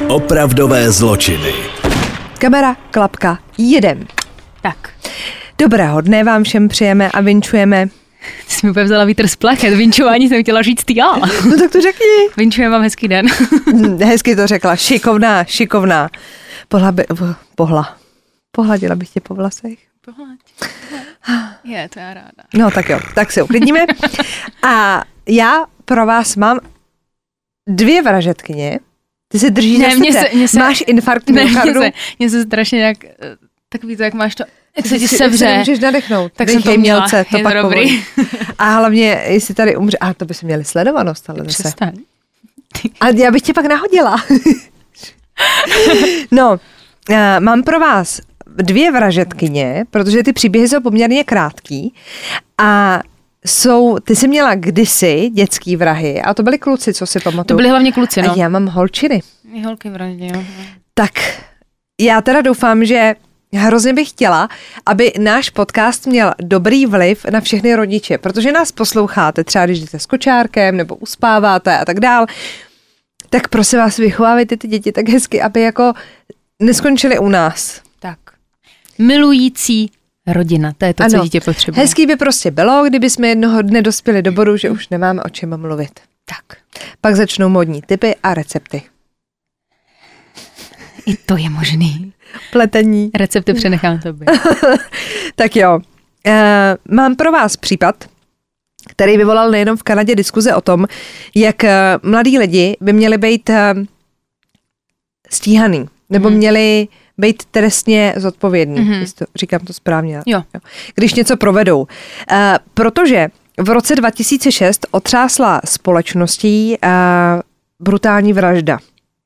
Opravdové zločiny. Kamera, klapka, jedem. Tak. Dobrého dne vám všem přejeme a vinčujeme. Ty jsi mi úplně vzala vítr z plachet, vinčování jsem chtěla říct já. No tak to řekni. Vinčujeme vám hezký den. Hezky to řekla, šikovná. Pohladila bych tě po vlasech. Pohled. Je, to já ráda. No tak jo, tak se uklidníme. A já pro vás mám 2 vražedkyně. Ty se držíš za srdce. Máš infarkt myokardu? Mně se strašně nějak, takový to, jak máš to, jak se ti sevře. Můžeš nadechnout. Tak jsem to měla, to pak dobrý. A hlavně, jestli tady umře, to by se měli sledovanost, ale zase. Přestaň. A já bych tě pak nahodila. No, mám pro vás 2 vražedkyně, protože ty příběhy jsou poměrně krátký a ty jsi měla kdysi dětský vrahy a to byly kluci, co si pamatuju. To byly hlavně kluci, no. A já mám holčiny. I holky vraždí, jo. Tak já teda doufám, že hrozně bych chtěla, aby náš podcast měl dobrý vliv na všechny rodiče, protože nás posloucháte, třeba když jdete s kočárkem nebo uspáváte a tak dál, tak prosím vás, vychovávejte ty děti tak hezky, aby jako neskončily u nás. Tak. Milující rodina, to je to, co dítě potřebuje. Hezký by prostě bylo, kdyby jsme jednoho dne dospěli do bodu, že už nemáme o čem mluvit. Tak. Pak začnou módní tipy a recepty. I to je možný. Pletení. Recepty přenechám tobě. Tak jo. Mám pro vás případ, který vyvolal nejenom v Kanadě diskuze o tom, jak mladí lidi by měli být stíhaný, nebo měli být trestně zodpovědný. Říkám to správně. Jo. Když něco provedou. Protože v roce 2006 otřásla společností brutální vražda.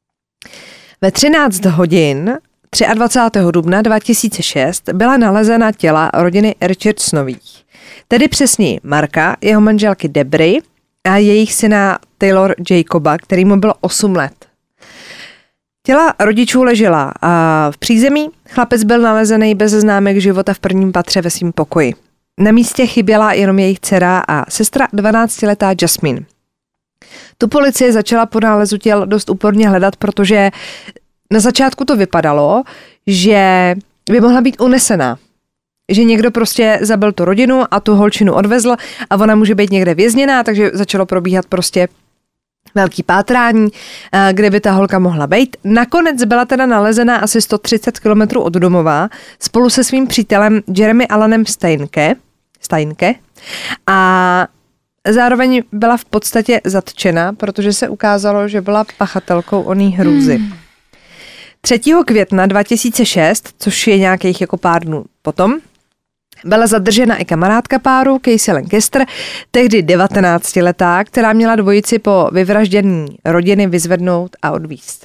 Ve 13 hodin 23. dubna 2006 byla nalezena těla rodiny Richardsonových. Tedy přesněji Marka, jeho manželky Debry a jejich syna Taylor Jacoba, kterýmu bylo 8 let. Těla rodičů ležela v přízemí, chlapec byl nalezený bez známek života v prvním patře ve svém pokoji. Na místě chyběla jenom jejich dcera a sestra 12letá Jasmine. Tu policie začala po nálezu těl dost úporně hledat, protože na začátku to vypadalo, že by mohla být unesená. Že někdo prostě zabil tu rodinu a tu holčinu odvezl a ona může být někde vězněná, takže začalo probíhat prostě velký pátrání, kde by ta holka mohla být. Nakonec byla teda nalezená asi 130 km od domova spolu se svým přítelem Jeremy Allanem Steinke a zároveň byla v podstatě zatčena, protože se ukázalo, že byla pachatelkou oný hrůzy. 3. května 2006, což je nějakých jako pár dnů potom, byla zadržena i kamarádka páru, Casey Lancaster, tehdy 19letá, která měla dvojici po vyvraždění rodiny vyzvednout a odvízt.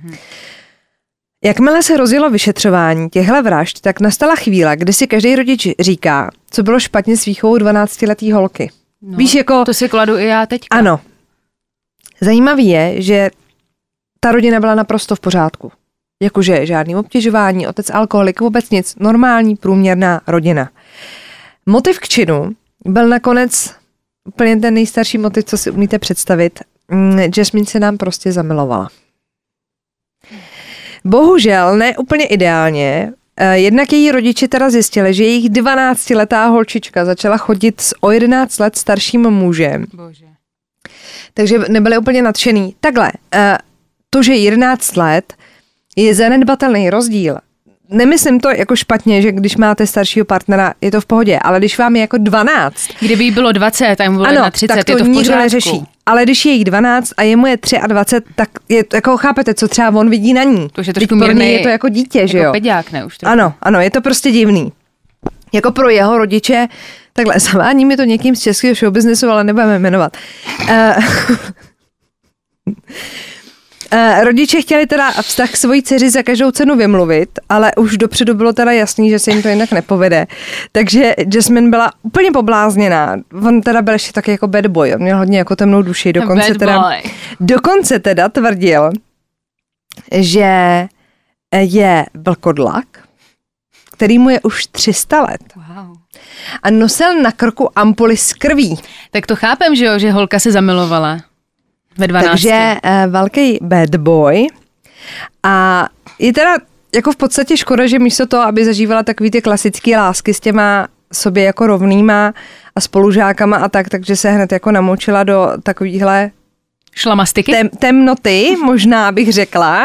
Jakmile se rozjelo vyšetřování těchto vražd, tak nastala chvíle, kdy si každý rodič říká, co bylo špatně s výchovou 12letý holky. No, víš, jako... To si kladu i já teďka. Ano. Zajímavý je, že ta rodina byla naprosto v pořádku. Jakože žádný obtěžování, otec alkoholik, vůbec nic. Normální, průměrná rodina. Motiv k činu byl nakonec úplně ten nejstarší motiv, co si umíte představit. Jasmine se nám prostě zamilovala. Bohužel, ne úplně ideálně, jednak její rodiče teda zjistili, že jejich 12letá holčička začala chodit s o 11 let starším mužem. Bože. Takže nebyli úplně nadšený. Takhle, to, že 11 let je zanedbatelný rozdíl. Nemyslím to jako špatně, že když máte staršího partnera, je to v pohodě, ale když vám je jako 12. Kdyby jí bylo 20 a jemu bylo 31, tak to je to v nikdo pořádku. Neřeší. Ale když je jí 12 a jemu je 23, tak je, jako chápete, co třeba on vidí na ní. To je trošku mírný, je to jako dítě, jako že jo? Peďák, ne? Už trochu. Ano, je to prostě divný. Jako pro jeho rodiče, takhle zavání mi to někým z českého showbiznesu, ale nebudeme jmenovat. Rodiče chtěli teda vztah k svojí dceři za každou cenu vymluvit, ale už dopředu bylo teda jasný, že se jim to jinak nepovede. Takže Jasmine byla úplně poblázněná. On teda byl ještě taky jako bad boy, on měl hodně jako temnou duši. Dokonce teda tvrdil, že je vlkodlak, který mu je už 300 let. Wow. A nosil na krku ampuly s krví. Tak to chápem, že jo, že holka se zamilovala ve 12. Takže velký bad boy. A je teda jako v podstatě škoda, že místo toho, aby zažívala takový ty klasické lásky s těma sobě jako rovnýma a spolužákama a takže se hned jako namočila do takovýchhle šlamastiky? Temnoty, možná bych řekla.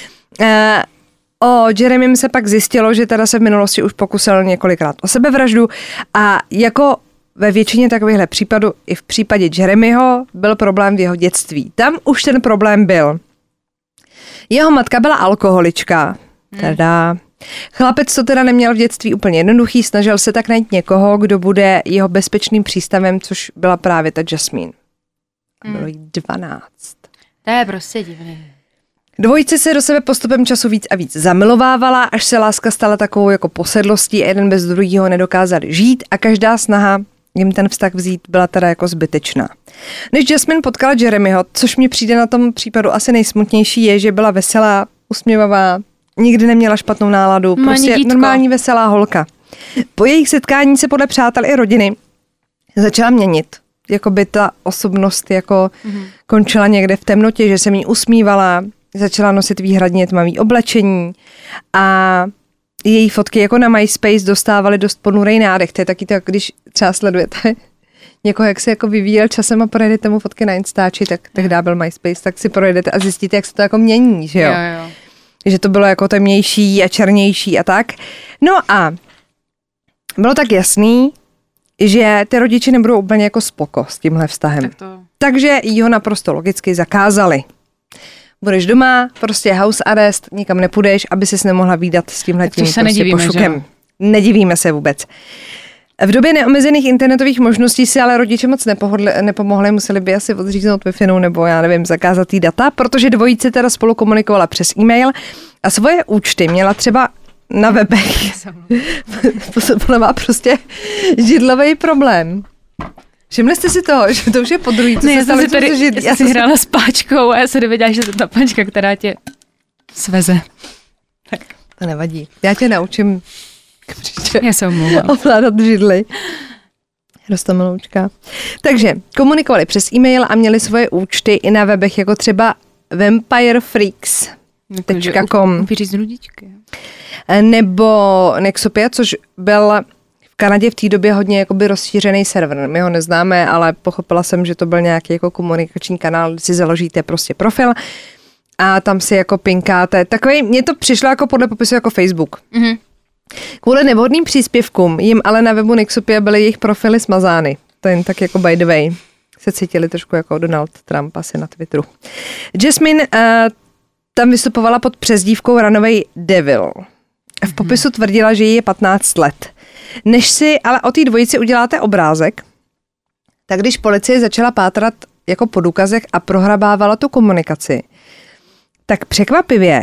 O Jeremym se pak zjistilo, že teda se v minulosti už pokusil několikrát o sebevraždu a jako ve většině takovýchhle případů, i v případě Jeremyho, byl problém v jeho dětství. Tam už ten problém byl. Jeho matka byla alkoholička. Teda. Chlapec to teda neměl v dětství úplně jednoduchý, snažil se tak najít někoho, kdo bude jeho bezpečným přístavem, což byla právě ta Jasmine. Bylo jí 12. To je prostě divný. Dvojice se do sebe postupem času víc a víc zamilovávala, až se láska stala takovou jako posedlostí a jeden bez druhého nedokázali žít a každá snaha jim ten vztah vzít byla teda jako zbytečná. Než Jasmine potkala Jeremyho, což mi přijde na tom případu asi nejsmutnější, je, že byla veselá, usměvavá, nikdy neměla špatnou náladu, prostě normální veselá holka. Po jejich setkání se podle přátel i rodiny začala měnit. Jakoby ta osobnost jako končila někde v temnotě, že se mi usmívala, začala nosit výhradně tmavý oblečení a její fotky jako na MySpace dostávaly dost ponurej nádech. To je taky tak, když třeba sledujete někoho, jak se jako vyvíjel časem a projedete mu fotky na Instači, tak tehdy byl MySpace, tak si projedete a zjistíte, jak se to jako mění, že jo? Jo. Že to bylo jako temnější a černější a tak. No a bylo tak jasný, že ty rodiče nebudou úplně jako spoko s tímhle vztahem. Takže jí ho naprosto logicky zakázali. Budeš doma, prostě house arrest, nikam nepůjdeš, aby ses nemohla vídat s tímhletím prostě pošukem. Že? Nedivíme se vůbec. V době neomezených internetových možností si ale rodiče moc nepomohli, museli by asi odříznout Wi-Fi nebo já nevím, zakázat tý data, protože dvojice teda spolu komunikovala přes e-mail a svoje účty měla třeba na webech. To má prostě židlový problém. Všimli jste si toho, že to už je podruhý, co se stalo, já si hrála s páčkou a já se dověděla, že to je ta páčka, která tě sveze. Tak. To nevadí. Já tě naučím já se omlouvám. Ovládat židly. Rostomiloučka. Takže komunikovali přes e-mail a měli svoje účty i na webech, jako třeba vampirefreaks.com nebo Nexopia, což byl v Kanadě v té době hodně jakoby rozšířený server. My ho neznáme, ale pochopila jsem, že to byl nějaký jako komunikační kanál, kde si založíte prostě profil a tam si jako pinkáte. Takový, mně to přišlo jako podle popisu jako Facebook. Mm-hmm. Kvůli nevhodným příspěvkům jim ale na webu Nexopia byly jejich profily smazány. To jen tak jako by the way. Se cítili trošku jako Donald Trump asi na Twitteru. Jasmine tam vystupovala pod přezdívkou Runaway Devil. V popisu tvrdila, že jí je 15 let. Než si ale o té dvojici uděláte obrázek, tak když policie začala pátrat jako po důkazech a prohrabávala tu komunikaci, tak překvapivě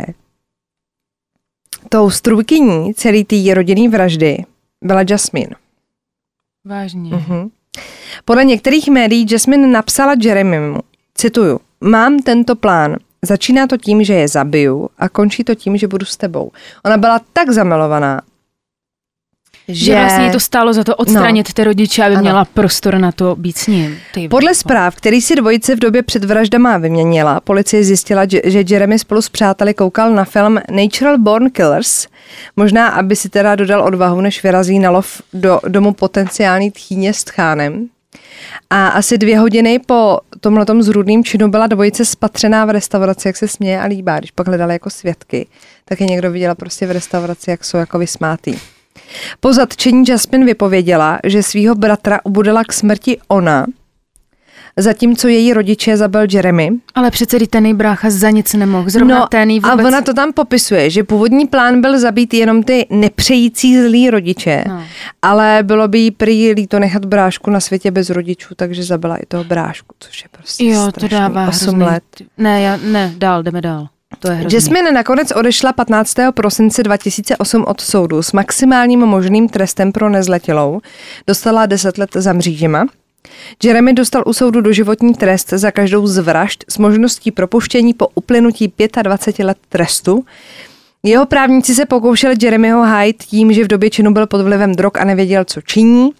tou strůjkyní celý té rodinné vraždy byla Jasmine. Vážně. Mhm. Podle některých médií Jasmine napsala Jeremymu, cituju, mám tento plán, začíná to tím, že je zabiju a končí to tím, že budu s tebou. Ona byla tak zamilovaná, že vlastně to stálo za to odstranit ty rodiče, aby měla prostor na to být s ním. Podle zpráv, který si dvojice v době před vraždama vyměnila, policie zjistila, že Jeremy spolu s přáteli koukal na film Natural Born Killers, možná, aby si teda dodal odvahu, než vyrazí na lov do domu potenciální tchýně s tchánem. A asi 2 hodiny po tomhletom zrůdným činu byla dvojice spatřená v restauraci, jak se směje a líbá. Když pak hledali jako svědky, tak je někdo viděla prostě v restauraci, jak jsou jako vysmátý. Po zatčení Jasmine vypověděla, že svýho bratra ubudila k smrti ona, zatímco její rodiče zabil Jeremy. Ale přece ten její brácha za nic nemohl. Zrovna ten jí vůbec... A ona to tam popisuje, že původní plán byl zabít jenom ty nepřející zlý rodiče, ale bylo by jí prý líto nechat brášku na světě bez rodičů, takže zabila i toho brášku, což je prostě strašný. To dává 8 let. Ne, jdeme dál. Jasmine nakonec odešla 15. prosince 2008 od soudu s maximálním možným trestem pro nezletilou. Dostala 10 let za mřížema. Jeremy dostal u soudu doživotní trest za každou z vražd s možností propuštění po uplynutí 25 let trestu. Jeho právníci se pokoušeli Jeremyho hájit tím, že v době činu byl pod vlivem drog a nevěděl, co činí.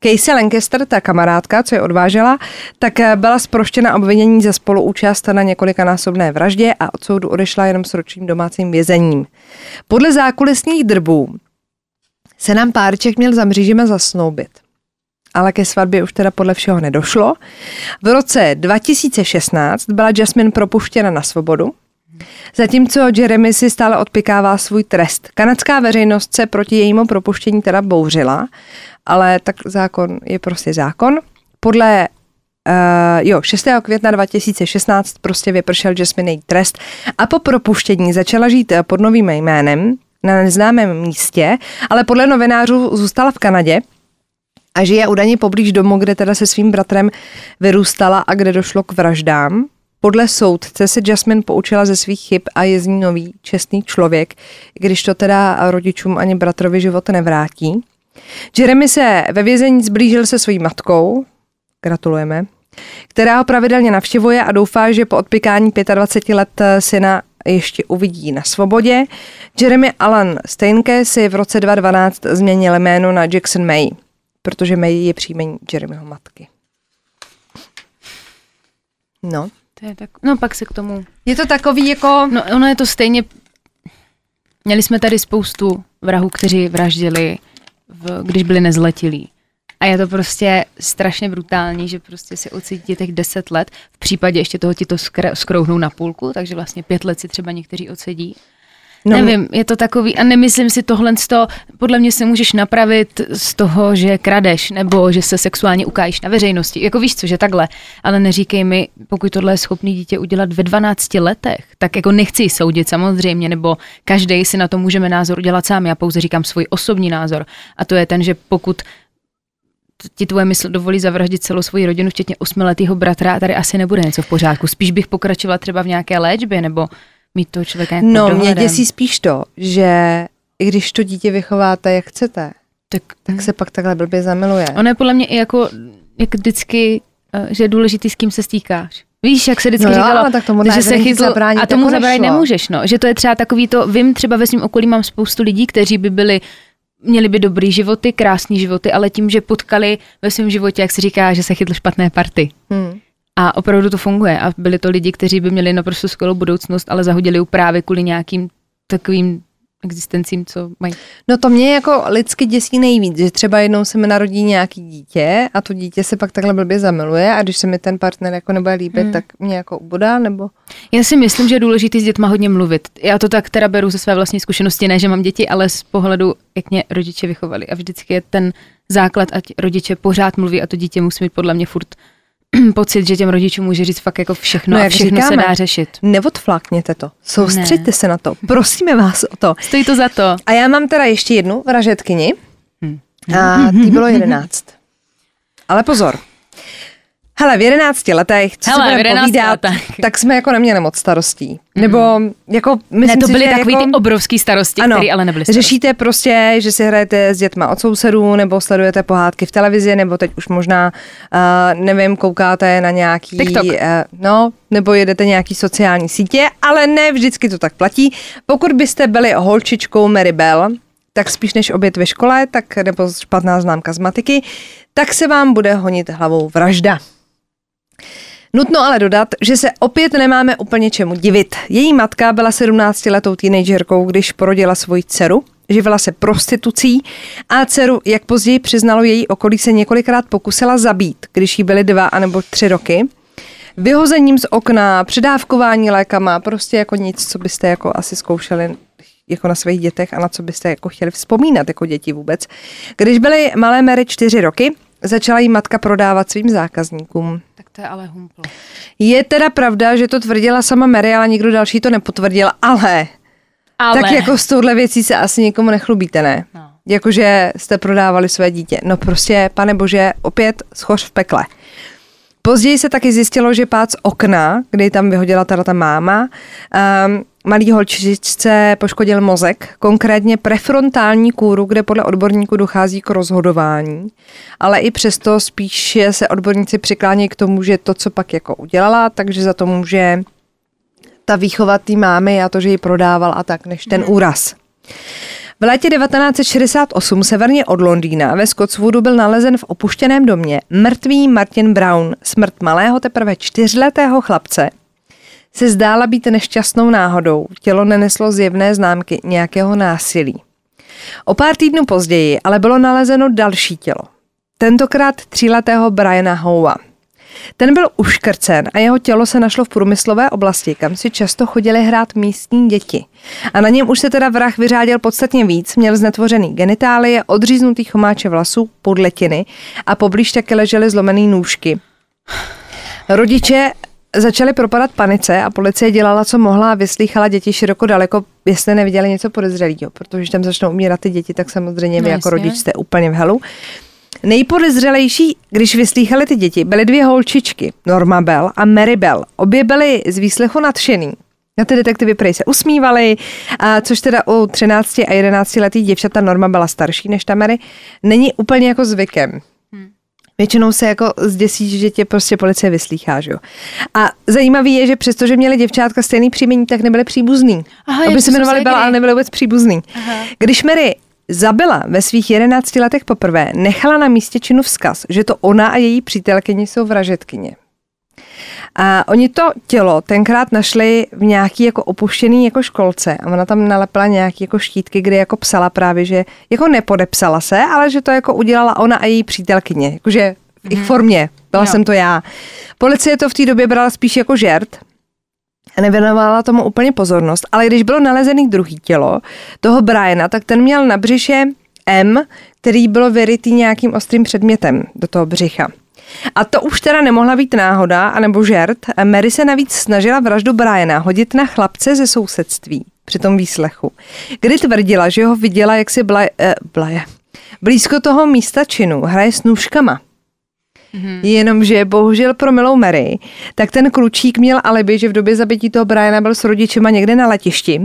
Casey Lancaster, ta kamarádka, co je odvážela, tak byla zproštěna obvinění za spoluúčast na několikanásobné vraždě a od soudu odešla jenom s ročním domácím vězením. Podle zákulisních drbů se nám párček měl za mřížema zasnoubit. Ale ke svatbě už teda podle všeho nedošlo. V roce 2016 byla Jasmine propuštěna na svobodu, zatímco Jeremy si stále odpykává svůj trest. Kanadská veřejnost se proti jejímu propuštění teda bouřila, ale tak zákon je prostě zákon. Podle 6. května 2016 prostě vypršel Jasmine její trest a po propuštění začala žít pod novým jménem na neznámém místě, ale podle novinářů zůstala v Kanadě a žije údajně poblíž domu, kde teda se svým bratrem vyrůstala a kde došlo k vraždám. Podle soudce se Jasmine poučila ze svých chyb a je z ní nový čestný člověk, když to teda rodičům ani bratrovi život nevrátí. Jeremy se ve vězení zblížil se svojí matkou, gratulujeme, která ho pravidelně navštěvuje a doufá, že po odpykání 25 let syna ještě uvidí na svobodě. Jeremy Alan Steinke si v roce 2012 změnil jméno na Jackson May, protože May je příjmení Jeremyho matky. No. To je tak, no pak se k tomu... Je to takový jako... No ono je to stejně... Měli jsme tady spoustu vrahů, kteří vraždili, když byli nezletilí. A je to prostě strašně brutální, že prostě si odsedí těch 10 let. V případě ještě toho ti to skrouhnou na půlku, takže vlastně 5 let si třeba někteří odsedí. No, nevím, je to takový, a nemyslím si tohle, podle mě se můžeš napravit z toho, že kradeš, nebo že se sexuálně ukájíš na veřejnosti. Jako víš co, že takhle, ale neříkej mi, pokud tohle je schopný dítě udělat ve 12 letech, tak jako nechci soudit samozřejmě, nebo každý si na to můžeme názor udělat sám, já pouze říkám svůj osobní názor. A to je ten, že pokud ti tvoje mysl dovolí zavraždit celou svoji rodinu, včetně 8letého bratra, a tady asi nebude něco v pořádku. Spíš bych pokračovala třeba v nějaké léčbě, nebo mít toho člověka nějak pod dohledem. Mě děsí spíš to, že i když to dítě vychováte, jak chcete, tak se pak takhle blbě zamiluje. Ono je podle mě i jako jak vždycky, že je důležitý, s kým se stýkáš. Víš, jak se vždycky říkalo, že se chytl a tomu zabránit nemůžeš. No. Že to je třeba takový to, vím, třeba ve svém okolí mám spoustu lidí, kteří by měli by dobrý životy, krásný životy, ale tím, že potkali ve svém životě, jak se říká, že se chytl špatné party. A opravdu to funguje. A byli to lidi, kteří by měli naprosto skvělou budoucnost, ale zahodili ji právě kvůli nějakým takovým existencím, co mají. No to mě jako lidsky děsí nejvíc, že třeba jednou se mi narodí nějaký dítě a to dítě se pak takhle blbě zamiluje a když se mi ten partner jako nebude líbit, tak mě jako ubodá, nebo? Já si myslím, že je důležitý s dětma hodně mluvit. Já to tak teda beru ze své vlastní zkušenosti, ne, že mám děti, ale z pohledu, jak mě rodiče vychovali. A vždycky je ten základ, ať rodiče pořád mluví a to dítě musí mít podle mě furt pocit, že těm rodičům může říct fakt jako všechno a všechno říkáme, se dá řešit. Neodflákněte to, soustřeďte se na to, prosíme vás o to. Stojí to za to. A já mám teda ještě jednu vražedkyni a tý bylo 11. Ale pozor. Hele, v 11 letech, co se budeme povídat, tak jsme jako neměli moc starostí. Nebo jako myslím ne, to byly si, takový jako, ty obrovský starosti, které ale nebyly starosti. Řešíte prostě, že si hrajete s dětma od sousedů, nebo sledujete pohádky v televizi, nebo teď už možná, nevím, koukáte na nějaký, nebo jedete nějaký sociální sítě, ale ne vždycky to tak platí. Pokud byste byli holčičkou Mary Bell, tak spíš než oběd ve škole, tak nebo špatná známka z matiky, tak se vám bude honit hlavou vražda. Nutno ale dodat, že se opět nemáme úplně čemu divit. Její matka byla 17letou teenagerkou, když porodila svoji dceru, živila se prostitucí a dceru, jak později přiznalo její okolí, se několikrát pokusila zabít, když jí byly 2 nebo 3 roky. Vyhozením z okna, předávkování lékama, prostě jako nic, co byste jako asi zkoušeli jako na svých dětech a na co byste jako chtěli vzpomínat jako děti vůbec. Když byly malé Mary 4 roky, začala jí matka prodávat svým zákazníkům. Tak to je ale humpl. Je teda pravda, že to tvrdila sama Mary, ale nikdo další to nepotvrdil, ale tak jako s touhle věcí se asi nikomu nechlubíte, ne? No. Jakože jste prodávali své dítě. No prostě, pane bože, opět schoř v pekle. Později se taky zjistilo, že pád z okna, kdy tam vyhodila ta máma, malý holčičce poškodil mozek, konkrétně prefrontální kůru, kde podle odborníků dochází k rozhodování, ale i přesto spíš se odborníci přiklánějí k tomu, že to, co pak jako udělala, takže za to může ta výchova té mámy a to, že ji prodával a tak, než ten úraz. V létě 1968 severně od Londýna ve Scotswoodu byl nalezen v opuštěném domě mrtvý Martin Brown. Smrt malého teprve 4letého chlapce se zdála být nešťastnou náhodou. Tělo neneslo zjevné známky nějakého násilí. O pár týdnů později ale bylo nalezeno další tělo. Tentokrát 3letého Briana Howa. Ten byl uškrcen a jeho tělo se našlo v průmyslové oblasti, kam si často chodili hrát místní děti. A na něm už se teda vrah vyřádil podstatně víc, měl znetvořený genitálie, odříznutý chomáče vlasů, podletiny a poblíž taky ležely zlomený nůžky. Rodiče začali propadat panice a policie dělala, co mohla a vyslýchala děti široko daleko, jestli neviděli něco podezřelého, protože když tam začnou umírat ty děti, tak samozřejmě vy jako rodič jste úplně v helu. Nejpodezřelejší, když vyslýchali ty děti, byly 2 holčičky, Norma Bell a Mary Bell. Obě byly z výslechu nadšený. A ty detektivy prej se usmívali, což teda u 13 a 11 letých děvčata, Norma byla starší než ta Mary, není úplně jako zvykem. Většinou se jako zděsí, že tě prostě policie vyslýchá, že jo. A zajímavý je, že přestože měli děvčátka stejný příjmení, tak nebyly příbuzný. Aby se jmenovali Bella, ale nebyly vůbec příbuzný. Aha. Když Mary zabila ve svých 11 letech poprvé, nechala na místě činu vzkaz, že to ona a její přítelkyně jsou vražedkyně. A oni to tělo tenkrát našli v nějaký jako opuštěný jako školce a ona tam nalepila nějaký jako štítky, kde jako psala právě, že jako nepodepsala se, ale že to jako udělala ona a její přítelkyně, jakože v ich formě, byla jsem to já. Policie to v té době brala spíš jako žert a nevěnovala tomu úplně pozornost, ale když bylo nalezený druhý tělo toho Briana, tak ten měl na břiše M, který bylo vyrytý nějakým ostrým předmětem do toho břicha. A to už teda nemohla být náhoda, anebo žert. Mary se navíc snažila vraždu Briana hodit na chlapce ze sousedství při tom výslechu, kdy tvrdila, že ho viděla, jak si blízko toho místa činu hraje s nůžkama. Jenomže bohužel pro milou Mary, tak ten klučík měl alibi, že v době zabití toho Briana byl s rodičema někde na letišti.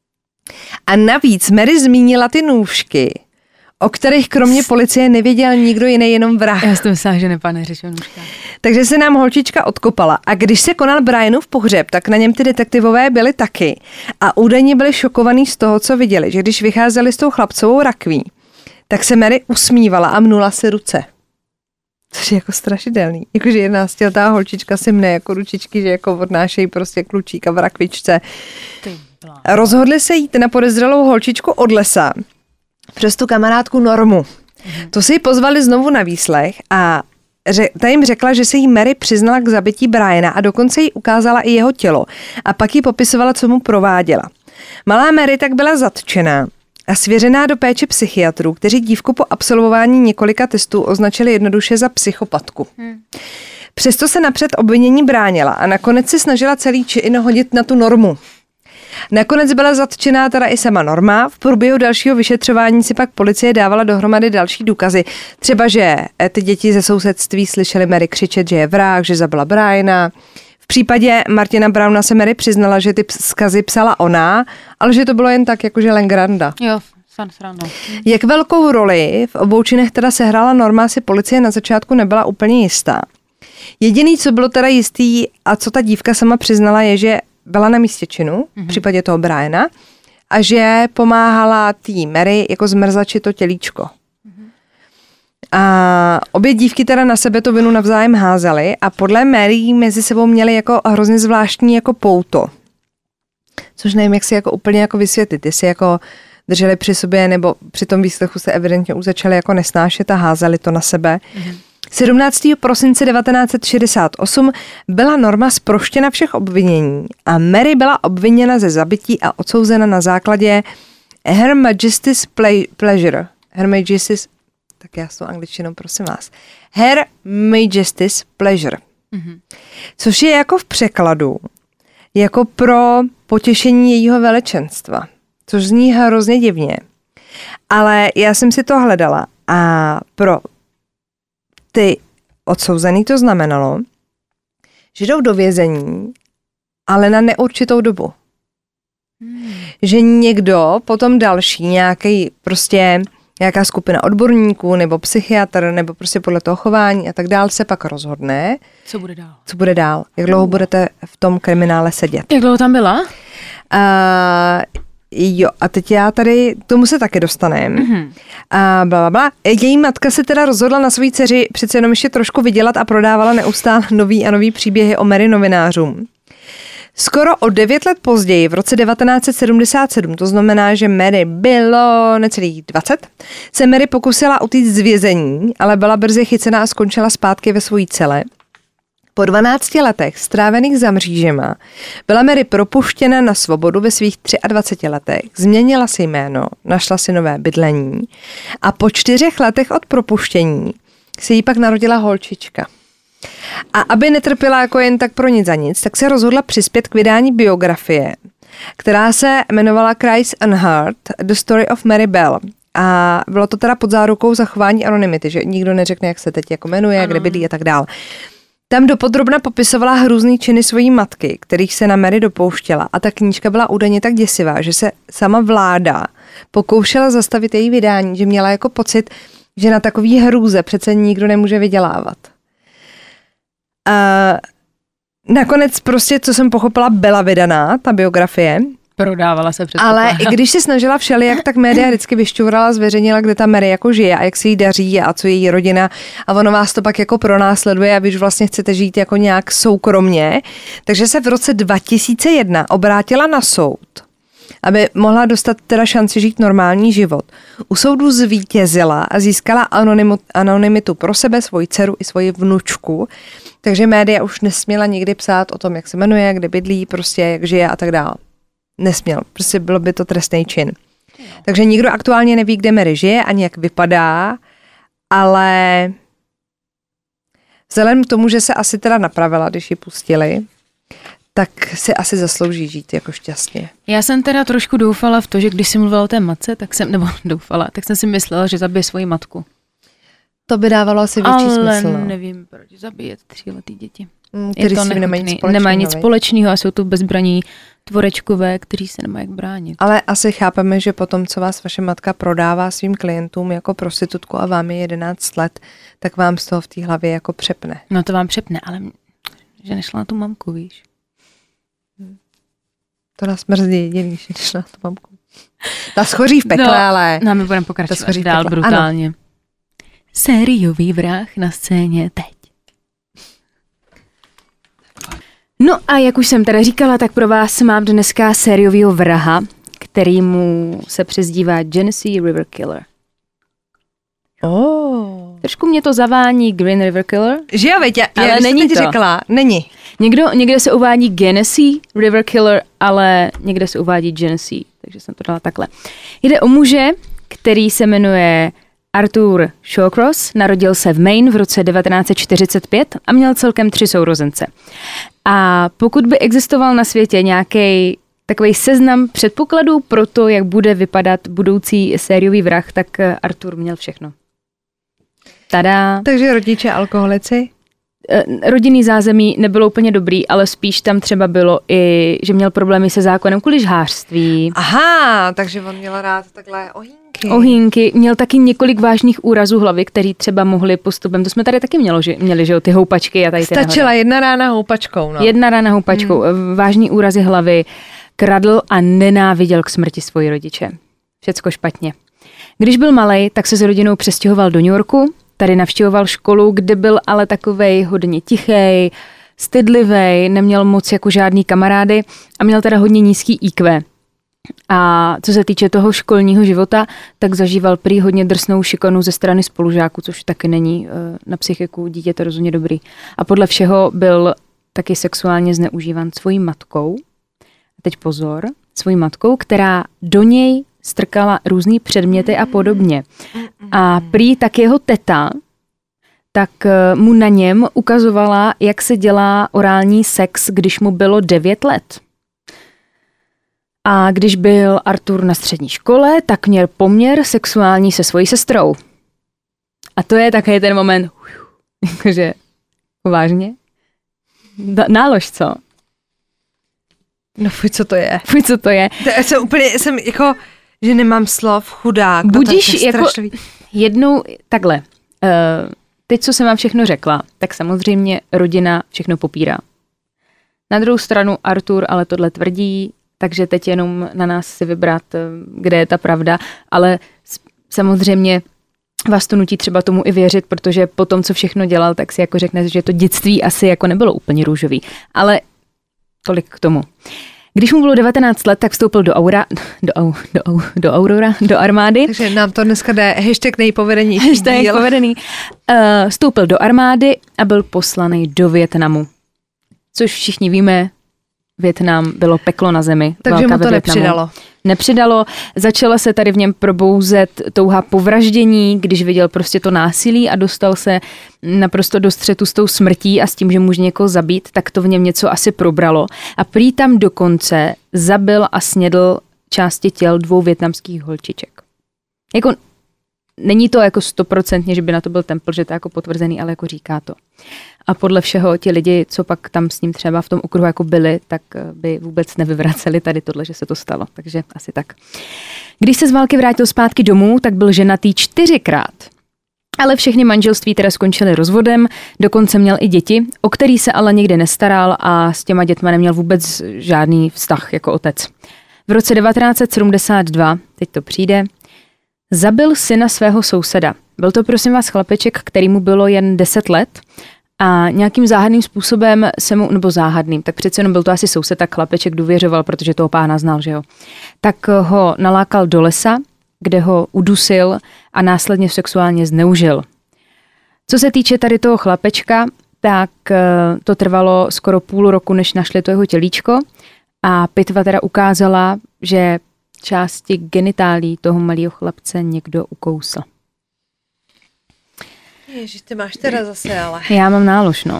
A navíc Mary zmínila ty nůžky, o kterých kromě policie nevěděl nikdo jiný, jenom vrah. Já si to myslela, že nepane řeč o nůžkách. Takže se nám holčička odkopala. A když se konal Brianův pohřeb, tak na něm ty detektivové byli taky. A údajně byli šokovaní z toho, co viděli, že když vycházeli s tou chlapcovou rakví, tak se Mary usmívala a mnula si ruce. Což je jako strašidelný. Jakože 11letá holčička si mne jako ručičky, že jako odnášejí prostě klučíka v rakvičce. Rozhodli se jít na podezřelou holčičku od lesa přes tu kamarádku Normu. To si ji pozvali znovu na výslech a ta jim řekla, že se jí Mary přiznala k zabití Briana a dokonce jí ukázala i jeho tělo a pak jí popisovala, co mu prováděla. Malá Mary tak byla zatčená a svěřená do péče psychiatrů, kteří dívku po absolvování několika testů označili jednoduše za psychopatku. Přesto se napřed obvinění bránila a nakonec se snažila celý čin hodit na tu Normu. Nakonec byla zatčená teda i sama Norma. V průběhu dalšího vyšetřování si pak policie dávala dohromady další důkazy. Třeba, že ty děti ze sousedství slyšely Mary křičet, že je vrah, že zabila Briana. V případě Martina Browna se Mary přiznala, že ty vzkazy psala ona, ale že to bylo jen tak, jakože Lengranda. Jo, Jak velkou roli v obou činech teda sehrála Norma, si policie na začátku nebyla úplně jistá. Jediný, co bylo teda jistý a co ta dívka sama přiznala, je, že byla na místě činu, v případě toho Briana, a že pomáhala tý Mary jako zmrzači to tělíčko. A obě dívky teda na sebe tu vinu navzájem házaly a podle Mary mezi sebou měly jako hrozně zvláštní jako pouto. Což nevím, jak si jako úplně jako vysvětlit, jestli jako drželi při sobě nebo při tom výslechu se evidentně už začali jako nesnášet a házeli to na sebe. 17. prosince 1968 byla Norma zproštěna všech obvinění a Mary byla obviněna ze zabití a odsouzena na základě Her Majesty's Pleasure. Her Majesty's, tak já s tou angličtinou, prosím vás. Her Majesty's Pleasure. Což je jako v překladu, jako pro potěšení jejího velečenstva. Což zní hrozně divně. Ale já jsem si to hledala a pro ty odsouzený to znamenalo, že jdou do vězení, ale na neurčitou dobu. Že někdo, potom další, nějaká skupina odborníků, nebo psychiatr, nebo prostě podle toho chování a tak dál se pak rozhodne. Co bude dál? Co bude dál? Jak dlouho budete v tom kriminále sedět? Jak dlouho tam byla? Jo, a teď já tady, tomu se taky dostaneme. Mhm. A blablabla. Její matka se teda rozhodla na svou dceři přece jenom ještě trošku vydělat a prodávala neustále nový a nový příběhy o Mary novinářům. Skoro o 9 let později, v roce 1977, to znamená, že Mary bylo necelých 20, se Mary pokusila utíct z vězení, ale byla brzy chycena a skončila zpátky ve svojí cele. Po 12 letech strávených za mřížema byla Mary propuštěna na svobodu ve svých 23 letech, změnila si jméno, našla si nové bydlení a po 4 letech od propuštění se jí pak narodila holčička. A aby netrpěla jako jen tak pro nic za nic, tak se rozhodla přispět k vydání biografie, která se jmenovala Cries Unheard, The Story of Mary Bell. A bylo to teda pod zárukou zachování anonymity, že nikdo neřekne, jak se teď jako jmenuje, kde bydlí a tak dál. Tam dopodrobna popisovala hrůzný činy svojí matky, kterých se na Mary dopouštěla, a ta knížka byla údajně tak děsivá, že se sama vláda pokoušela zastavit její vydání, že měla jako pocit, že na takový hrůze přece nikdo nemůže vydělávat. A nakonec prostě, co jsem pochopila, byla vydaná, ta biografie. Prodávala se před. Ale i když se snažila všelijak, tak média vždycky vyšťourala, zveřejnila, kde ta Mary jako žije a jak se jí daří a co její rodina, a ono vás to pak jako pronásleduje a vy už vlastně chcete žít jako nějak soukromně. Takže se v roce 2001 obrátila na soud, aby mohla dostat teda šanci žít normální život. U soudu zvítězila a získala anonymitu pro sebe, svoji dceru i svoji vnučku, takže média už nesměla nikdy psát o tom, jak se jmenuje, kde bydlí, prostě jak žije a tak dále. Nesměl, prostě bylo by to trestný čin. Takže nikdo aktuálně neví, kde Mary žije, ani jak vypadá, ale vzhledem k tomu, že se asi teda napravila, když ji pustili, tak si asi zaslouží žít jako šťastně. Já jsem teda trošku doufala v to, že když jsi mluvila o té matce, tak jsem si myslela, že zabije svoji matku. To by dávalo asi větší smysl. Ale nevím, proč zabíjet 3letý děti. Který si nemají nic společného a jsou to bezbraní tvorečkové, kteří se nemají jak bránit. Ale asi chápeme, že potom, co vás vaše matka prodává svým klientům jako prostitutku a vám je 11 let, tak vám z toho v té hlavě jako přepne. No to vám přepne, ale že nešla na tu mamku, víš. To nás mrzí jediný, že nešla na tu mamku. Ta schoří v pekle, ale... No, my budeme pokračovat dál brutálně. Ano. Sériový vrah na scéně teď. No a jak už jsem teda říkala, tak pro vás mám dneska sériovýho vraha, kterýmu se přezdívá Genesee River Killer. Trošku mě to zavání Green River Killer. Že jo, veď, ale není to. Řekla, není. Někde se uvádí Genesee River Killer, ale někde se uvádí Genesee, takže jsem to dala takhle. Jde o muže, který se jmenuje Arthur Shawcross, narodil se v Maine v roce 1945 a měl celkem 3 sourozence. A pokud by existoval na světě nějaký takový seznam předpokladů pro to, jak bude vypadat budoucí sériový vrah, tak Arthur měl všechno. Tada. Takže rodiče alkoholici? Rodinný zázemí nebylo úplně dobrý, ale spíš tam třeba bylo i, že měl problémy se zákonem kvůli žhářství. Aha, takže on měl rád takhle ohýnky. Měl taky několik vážných úrazů hlavy, který třeba mohli postupem, to jsme tady taky měli, že jo, ty houpačky a tady ty Stačila jedna rána houpačkou, no. Jedna rána houpačkou, vážný úrazy hlavy, kradl a nenáviděl k smrti svoji rodiče. Všecko špatně. Když byl malej, tak se s rodinou přestěhoval do New Yorku, tady navštěvoval školu, kde byl ale takovej hodně tichej, stydlivej, neměl moc jako žádný kamarády a měl teda hodně nízký IQ. A co se týče toho školního života, tak zažíval prý hodně drsnou šikanu ze strany spolužáků, což taky není na psychiku dítěte rozhodně dobrý. A podle všeho byl taky sexuálně zneužíván svojí matkou. A teď pozor, svojí matkou, která do něj strkala různý předměty a podobně. A prý tak jeho teta, tak mu na něm ukazovala, jak se dělá orální sex, když mu bylo 9 let. A když byl Arthur na střední škole, tak měl poměr sexuální se svojí sestrou. A to je takový ten moment, jakože vážně? Nálož, co? No fuj, co to je? Fuj, co to je? Jsem jako, že nemám slov, chudák. Budíš jako jednou, takhle, teď, co jsem vám všechno řekla, tak samozřejmě rodina všechno popírá. Na druhou stranu Arthur ale tohle tvrdí, takže teď jenom na nás si vybrat, kde je ta pravda, ale samozřejmě vás to nutí třeba tomu i věřit, protože po tom, co všechno dělal, tak si jako řekne, že to dětství asi jako nebylo úplně růžový, ale tolik k tomu. Když mu bylo 19 let, tak vstoupil do armády. Takže nám to dneska jde hashtag nejpovedenější. Hashtag povedený. Vstoupil do armády a byl poslaný do Vietnamu. Což všichni víme, Vietnam bylo peklo na zemi. Takže mu to Nepřidalo. Začala se tady v něm probouzet touha po vraždění, když viděl prostě to násilí a dostal se naprosto do střetu s tou smrtí a s tím, že může někoho zabít, tak to v něm něco asi probralo. A prý tam dokonce zabil a snědl části těl 2 vietnamských holčiček. Jako, není to jako 100%, že by na to byl templ, že to je jako potvrzený, ale jako říká to. A podle všeho ti lidi, co pak tam s ním třeba v tom okruhu jako byli, tak by vůbec nevyvraceli tady tohle, že se to stalo. Takže asi tak. Když se z války vrátil zpátky domů, tak byl ženatý 4krát. Ale všechny manželství teda skončily rozvodem, dokonce měl i děti, o který se ale nikdy nestaral a s těma dětma neměl vůbec žádný vztah jako otec. V roce 1972, teď to přijde, zabil syna svého souseda. Byl to prosím vás chlapeček, kterýmu bylo jen 10 let a nějakým záhadným způsobem se mu, nebo záhadným, tak přece jenom byl to asi soused, tak chlapeček důvěřoval, protože toho pána znal, že jo. Tak ho nalákal do lesa, kde ho udusil a následně sexuálně zneužil. Co se týče tady toho chlapečka, tak to trvalo skoro půl roku, než našli to jeho tělíčko a pitva teda ukázala, že části genitálí toho malého chlapce někdo ukousl. Ježiš, ty máš teda zase, ale... Já mám nálož, no.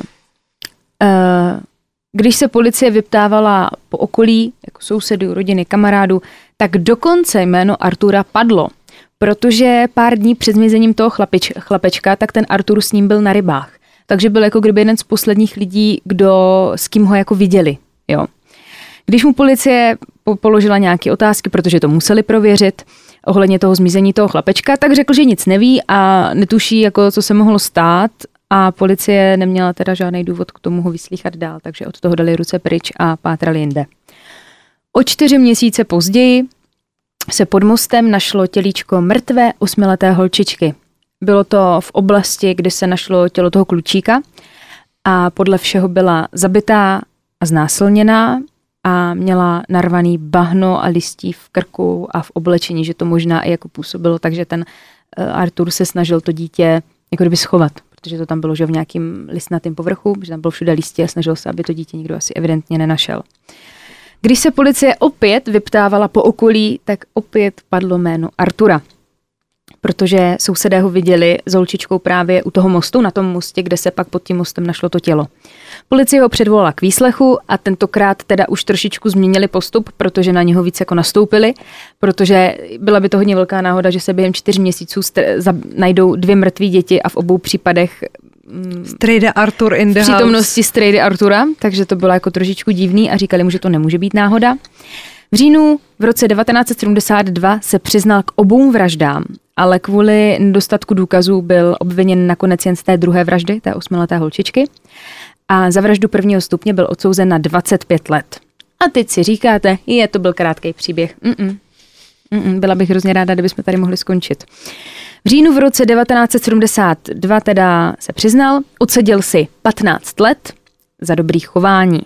Když se policie vyptávala po okolí, jako sousedů, rodiny, kamarádů, tak dokonce jméno Artura padlo, protože pár dní před zmizením toho chlapečka, tak ten Artur s ním byl na rybách. Takže byl jako kdyby jeden z posledních lidí, s kým ho jako viděli, jo. Když mu policie položila nějaké otázky, protože to museli prověřit ohledně toho zmizení toho chlapečka, tak řekl, že nic neví a netuší, jako, co se mohlo stát a policie neměla teda žádný důvod k tomu ho vyslýchat dál, takže od toho dali ruce pryč a pátrali jinde. O 4 měsíce později se pod mostem našlo tělíčko mrtvé 8leté holčičky. Bylo to v oblasti, kde se našlo tělo toho klučíka a podle všeho byla zabitá a znásilněná a měla narvaný bahno a listí v krku a v oblečení, že to možná i jako působilo, takže ten Artur se snažil to dítě jako kdyby schovat, protože to tam bylo, že v nějakým listnatým povrchu, že tam bylo všude listí a snažil se, aby to dítě nikdo asi evidentně nenašel. Když se policie opět vyptávala po okolí, tak opět padlo jméno Artura, protože sousedé ho viděli s holčičkou právě u toho mostu, na tom mostě, kde se pak pod tím mostem našlo to tělo. Policie ho předvolala k výslechu a tentokrát teda už trošičku změnili postup, protože na něho víc jako nastoupili, protože byla by to hodně velká náhoda, že se během 4 měsíců najdou 2 mrtvé děti a v obou případech Strejda Artur in the house. V přítomnosti Strejdy Artura, takže to bylo jako trošičku divný a říkali mu, že to nemůže být náhoda. V říjnu v roce 1972 se přiznal k obou vraždám, ale kvůli nedostatku důkazů byl obviněn nakonec jen z té druhé vraždy, té 8leté holčičky. A za vraždu 1. stupně byl odsouzen na 25 let. A teď si říkáte, to byl krátký příběh. Byla bych hrozně ráda, kdybychom tady mohli skončit. V říjnu v roce 1972 teda se přiznal, odseděl si 15 let za dobrý chování.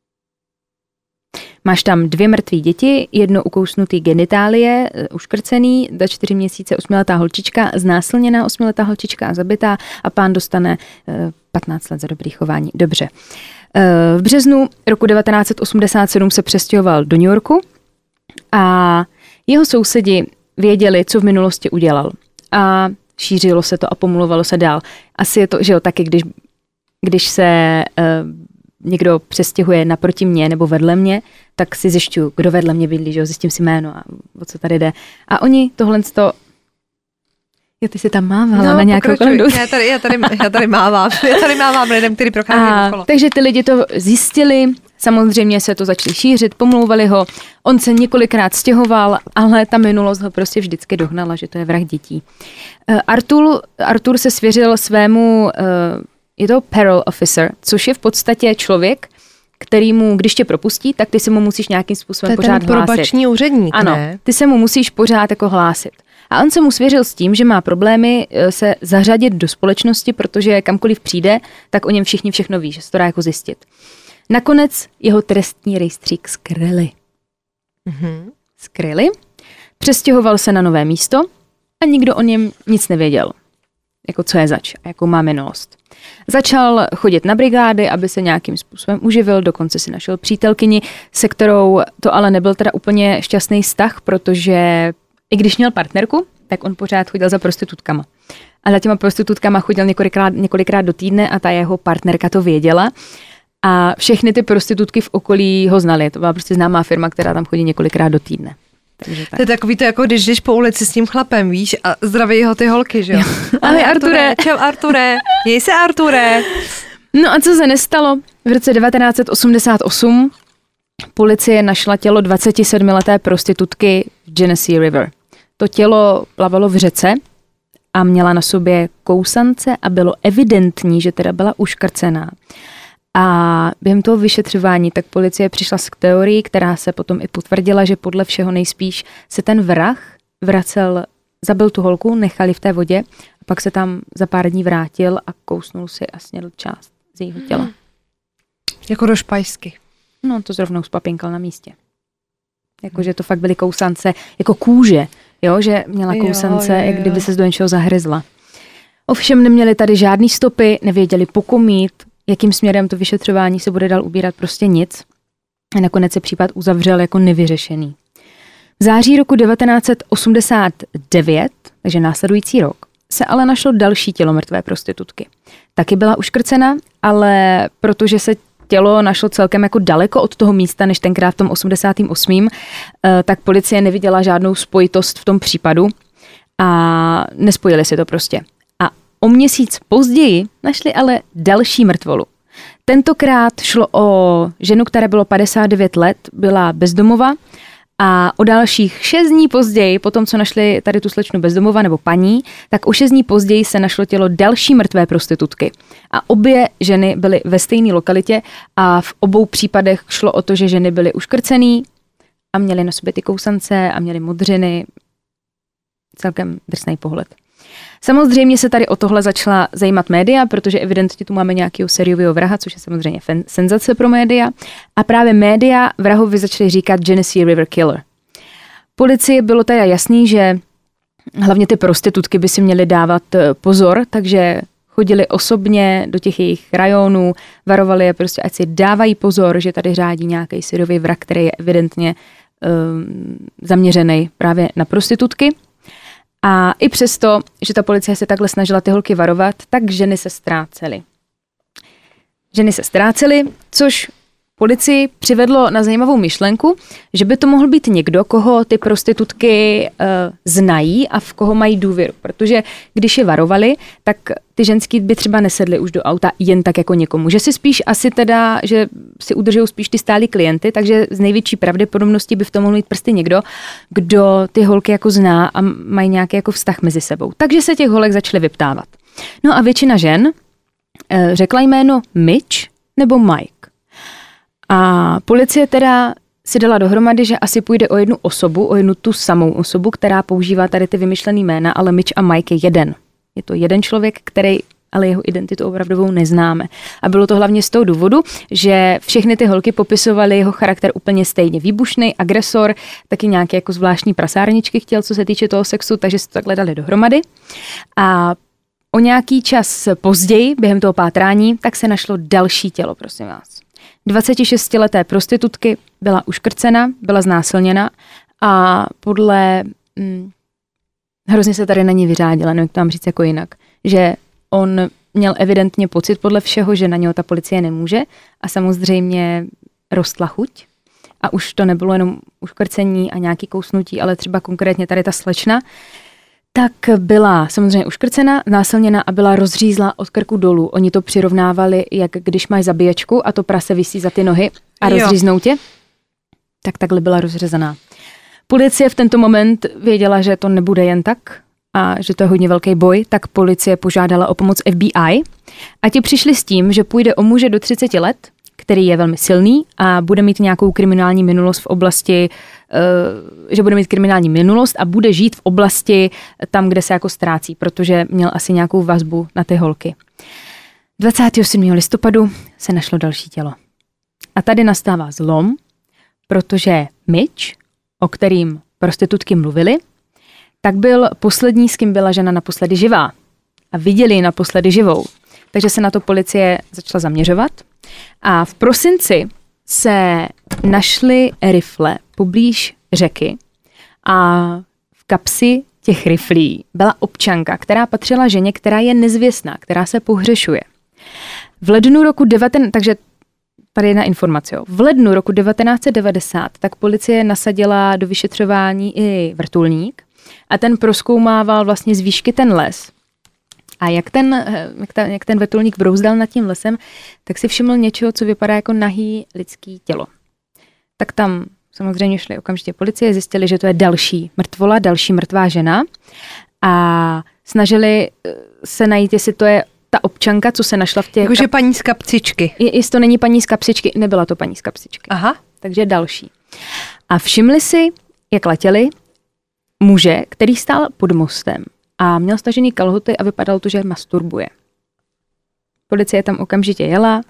Máš tam 2 mrtvé děti, 1 ukousnutý genitálie, uškrcený, za 4 měsíce 8letá holčička, znásilněná 8letá holčička a zabitá a pán dostane 15 let za dobrý chování. Dobře. V březnu roku 1987 se přestěhoval do New Yorku a jeho sousedi věděli, co v minulosti udělal. A šířilo se to a pomluvalo se dál. Asi je to, že jo, taky když se někdo přestěhuje naproti mě nebo vedle mě, tak si zjišťuju, kdo vedle mě bydlí, že jo, zjistím si jméno a o co tady jde. A oni tohle to... Ty si tam mávala na nějakou kolem. Já tady mávám lidem, který prochází okolo. Takže ty lidi to zjistili, samozřejmě se to začali šířit, pomlouvali ho, on se několikrát stěhoval, ale ta minulost ho prostě vždycky dohnala, že to je vrah dětí. Artur se svěřil svému, je to parole officer, což je v podstatě člověk, kterýmu, když tě propustí, tak ty se mu musíš nějakým způsobem pořád hlásit. To je ten probační úředník, ano, ne? ty se mu musíš pořád jako hlásit. A on se mu svěřil s tím, že má problémy se zařadit do společnosti, protože kamkoliv přijde, tak o něm všichni všechno ví, že se to dá jako zjistit. Nakonec jeho trestní rejstřík skryli. Skryli, přestěhoval se na nové místo a nikdo o něm nic nevěděl. Jako co je zač a jakou má minulost. Začal chodit na brigády, aby se nějakým způsobem uživil, dokonce si našel přítelkyni, se kterou to ale nebyl teda úplně šťastný vztah, protože i když měl partnerku, tak on pořád chodil za prostitutkama. A za těma prostitutkama chodil několikrát do týdne a ta jeho partnerka to věděla. A všechny ty prostitutky v okolí ho znaly. To byla prostě známá firma, která tam chodí několikrát do týdne. Takže tak. To je takový to, jako když jdeš po ulici s tím chlapem, víš, a zdraví ho ty holky, že jo? Ahoj Arture. Čau Arture. Měj se Arture. No a co se nestalo? V roce 1988 policie našla tělo 27leté prostitutky v Genesee River. To tělo plavalo v řece a měla na sobě kousance a bylo evidentní, že teda byla uškrcená. A během toho vyšetřování tak policie přišla k teorii, která se potom i potvrdila, že podle všeho nejspíš se ten vrah zabil tu holku, nechal ji v té vodě a pak se tam za pár dní vrátil a kousnul si a snědl část z jejího těla. Jako do špajsky. No to zrovna spapinkal na místě. Jakože to fakt byly kousance, jako kůže, jo, že měla kousance, jak kdyby se do něčeho zahryzla. Ovšem neměli tady žádný stopy, nevěděli po kom jít, jakým směrem to vyšetřování se bude dál ubírat, prostě nic. A nakonec se případ uzavřel jako nevyřešený. V září roku 1989, takže následující rok, se ale našlo další tělo mrtvé prostitutky. Taky byla uškrcena, ale protože se tělo našlo celkem jako daleko od toho místa, než tenkrát v tom 88., tak policie neviděla žádnou spojitost v tom případu a nespojili si to prostě. O měsíc později našli ale další mrtvolu. Tentokrát šlo o ženu, která bylo 59 let, byla bezdomová a o dalších 6 dní později, potom co našli tady tu slečnu bezdomova nebo paní, tak o 6 dní později se našlo tělo další mrtvé prostitutky. A obě ženy byly ve stejné lokalitě a v obou případech šlo o to, že ženy byly uškrcený a měly na sobě ty kousance a měly modřiny. Celkem drsný pohled. Samozřejmě se tady o tohle začala zajímat média, protože evidentně tu máme nějakého sériového vraha, což je samozřejmě senzace pro média. A právě média vrahovi začaly říkat Genesee River Killer. Policii bylo teda jasný, že hlavně ty prostitutky by si měly dávat pozor, takže chodili osobně do těch jejich rajonů, varovali je prostě, ať si dávají pozor, že tady řádí nějaký sériový vrah, který je evidentně zaměřený právě na prostitutky. A i přesto, že ta policie se takhle snažila ty holky varovat, tak ženy se ztrácely. Ženy se ztrácely, což policii přivedlo na zajímavou myšlenku, že by to mohl být někdo, koho ty prostitutky znají a v koho mají důvěru. Protože když je varovali, tak ty ženský by třeba nesedly už do auta jen tak jako někomu. Že si spíš asi teda, že si udržují spíš ty stálí klienty, takže z největší pravděpodobností by v tom mohl mít prsty někdo, kdo ty holky jako zná a mají nějaký jako vztah mezi sebou. Takže se těch holek začaly vyptávat. No a většina žen řekla jméno Mitch nebo Mike. A policie teda si dala dohromady, že asi půjde o jednu osobu, o jednu tu samou osobu, která používá tady ty vymyšlený jména, ale Mitch a Mike je jeden. Je to jeden člověk, který ale jeho identitu opravdovou neznáme. A bylo to hlavně z toho důvodu, že všechny ty holky popisovaly jeho charakter úplně stejně. Výbušný, agresor, taky nějaké jako zvláštní prasárničky chtěl, co se týče toho sexu, takže se to takhle dali dohromady. A o nějaký čas později, během toho pátrání, tak se našlo další tělo, prosím vás. 26leté prostitutky byla uškrcena, byla znásilněna a podle... hrozně se tady na ní vyřádila, nevím, jak to mám říct jako jinak, že on měl evidentně pocit podle všeho, že na něho ta policie nemůže a samozřejmě rostla chuť a už to nebylo jenom uškrcení a nějaký kousnutí, ale třeba konkrétně tady ta slečna, tak byla samozřejmě uškrcena, násilněna a byla rozřízla od krku dolů. Oni to přirovnávali, jak když máš zabíječku a to prase visí za ty nohy a rozříznou tě, tak takhle byla rozřezaná. Policie v tento moment věděla, že to nebude jen tak a že to je hodně velký boj, tak policie požádala o pomoc FBI a ti přišli s tím, že půjde o muže do 30 let, který je velmi silný a bude mít nějakou kriminální minulost v oblasti, že bude mít kriminální minulost a bude žít v oblasti tam, kde se jako ztrácí, protože měl asi nějakou vazbu na ty holky. 27. listopadu se našlo další tělo. A tady nastává zlom, protože Mitch, o kterým prostitutky mluvily, tak byl poslední, s kým byla žena naposledy živá. A viděli ji naposledy živou. Takže se na to policie začala zaměřovat. A v prosinci se našly rifle poblíž řeky a v kapsi těch riflí byla občanka, která patřila ženě, která je nezvěstná, která se pohřešuje. V lednu roku takže tady jedna informace. V lednu roku 1990 tak policie nasadila do vyšetřování i vrtulník a ten prozkoumával vlastně z výšky ten les. A jak ten vrtulník brouzdal nad tím lesem, tak si všiml něčeho, co vypadá jako nahý lidský tělo. Tak tam samozřejmě šli okamžitě policie, zjistili, že to je další mrtvola, další mrtvá žena a snažili se najít, jestli to je ta občanka, co se našla v těch... Jakože paní z kapsičky. Jestli to není paní z kapsičky, nebyla to paní z kapsičky. Aha. Takže další. A všimli si, jak letěli muže, který stál pod mostem a měl stažený kalhoty a vypadalo to, že masturbuje. Policie tam okamžitě jela,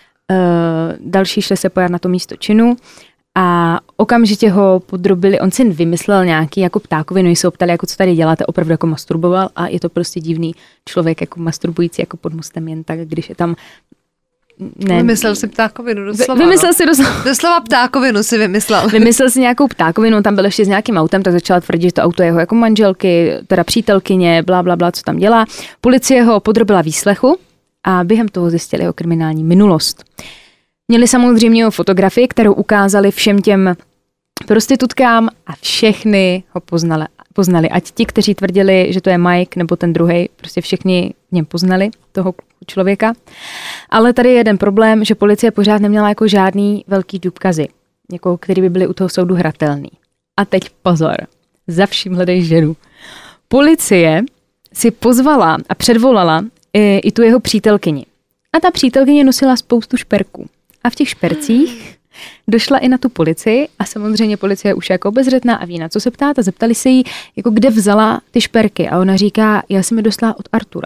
další šli se pojat na to místo činu a okamžitě ho podrobili, on si vymyslel nějaký jako ptákovinu, oni se ho ptali, jako co tady děláte, opravdu jako masturboval a je to prostě divný člověk jako masturbující jako pod mostem jen tak, když je tam... Ne, vymyslel si ptákovinu doslova. Vymyslel si doslova ptákovinu si vymyslel. Vymyslel si nějakou ptákovinu, on tam byl ještě s nějakým autem, tak začal tvrdit, že to auto je jeho jako manželky, teda přítelkyně, blá, co tam dělá. Policie ho podrobila výslechu a během toho zjistili jeho kriminální minulost. Měli samozřejmě jeho fotografii, kterou ukázali všem těm prostitutkám a všechny ho poznali. Ať ti, kteří tvrdili, že to je Mike nebo ten druhej, prostě všichni v něm poznali toho člověka. Ale tady je jeden problém, že policie pořád neměla jako žádný velký důkazy, jako který by byly u toho soudu hratelný. A teď pozor, za vším hledej ženu. Policie si pozvala a předvolala i tu jeho přítelkyni. A ta přítelkyně nosila spoustu šperků. A v těch špercích došla i na tu policii a samozřejmě policie je už jako obezřetná a ví, na co se ptát a zeptali se jí, jako kde vzala ty šperky a ona říká, já jsem je dostala od Artura.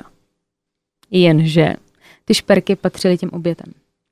Jenže ty šperky patřily těm obětem.